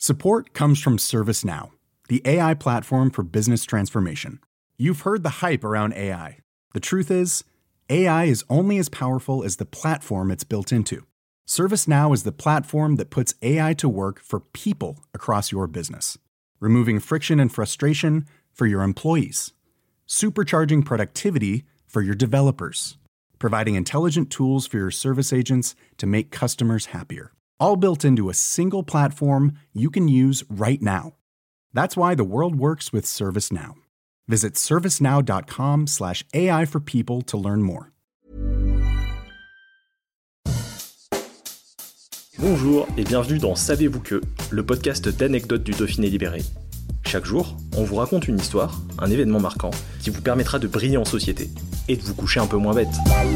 Support comes from ServiceNow, the AI platform for business transformation. You've heard the hype around AI. The truth is, AI is only as powerful as the platform it's built into. ServiceNow is the platform that puts AI to work for people across your business, removing friction and frustration for your employees, supercharging productivity for your developers, providing intelligent tools for your service agents to make customers happier. All built into a single platform you can use right now. That's why the world works with ServiceNow. Visit servicenow.com/AI for people to learn more. Bonjour et bienvenue dans Savez-vous que, le podcast d'anecdotes du Dauphiné libéré. Chaque jour, on vous raconte une histoire, un événement marquant, qui vous permettra de briller en société et de vous coucher un peu moins bête.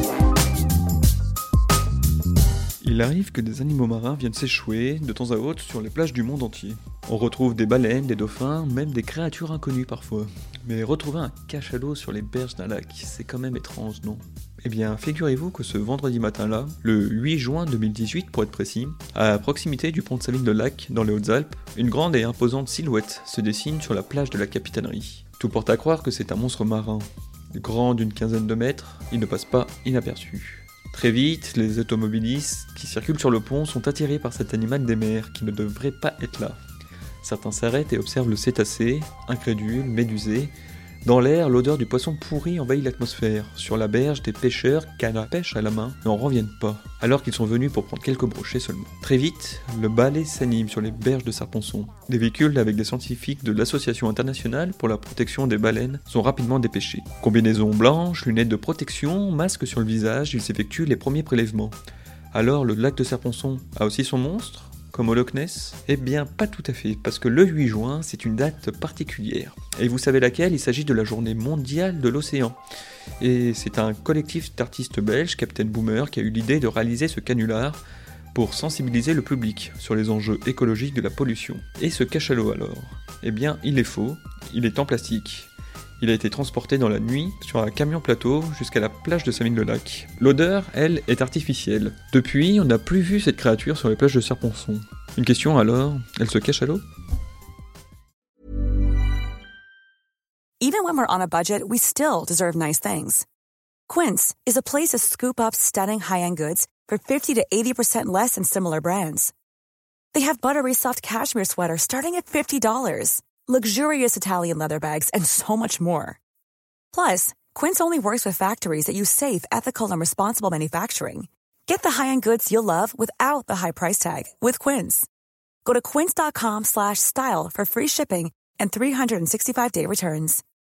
Il arrive que des animaux marins viennent s'échouer de temps à autre sur les plages du monde entier. On retrouve des baleines, des dauphins, même des créatures inconnues parfois. Mais retrouver un cachalot sur les berges d'un lac, c'est quand même étrange, non ? Eh bien, figurez-vous que ce vendredi matin-là, le 8 juin 2018 pour être précis, à proximité du pont de Savines-le-Lac, dans les Hautes-Alpes, une grande et imposante silhouette se dessine sur la plage de la Capitainerie. Tout porte à croire que c'est un monstre marin. Grand d'une quinzaine de mètres, il ne passe pas inaperçu. Très vite, les automobilistes qui circulent sur le pont sont attirés par cet animal des mers qui ne devrait pas être là. Certains s'arrêtent et observent le cétacé, incrédules, médusés. Dans l'air, l'odeur du poisson pourri envahit l'atmosphère. Sur la berge, des pêcheurs, canne à pêche à la main, n'en reviennent pas, alors qu'ils sont venus pour prendre quelques brochets seulement. Très vite, le balai s'anime sur les berges de Serponçon. Des véhicules avec des scientifiques de l'Association internationale pour la protection des baleines sont rapidement dépêchés. Combinaison blanche, lunettes de protection, masque sur le visage, ils effectuent les premiers prélèvements. Alors, le lac de Serponçon a aussi son monstre ? Comme au Loch Ness ? Eh bien, pas tout à fait, parce que le 8 juin, c'est une date particulière. Et vous savez laquelle ? Il s'agit de la journée mondiale de l'océan. Et c'est un collectif d'artistes belges, Captain Boomer, qui a eu l'idée de réaliser ce canular pour sensibiliser le public sur les enjeux écologiques de la pollution. Et ce cachalot alors ? Eh bien, il est faux, il est en plastique. Il a été transporté dans la nuit sur un camion plateau jusqu'à la plage de Savines-le-Lac. L'odeur, elle, est artificielle. Depuis, on n'a plus vu cette créature sur les plages de Serponçon. Une question alors, elle se cache à l'eau ? Even when we're on a budget, we still deserve nice things. Quince is a place to scoop up stunning high-end goods for 50 to 80% less than similar brands. They have buttery soft cashmere sweaters starting at $50. Luxurious Italian leather bags, and so much more. Plus, Quince only works with factories that use safe, ethical, and responsible manufacturing. Get the high-end goods you'll love without the high price tag with Quince. Go to quince.com/style for free shipping and 365-day returns.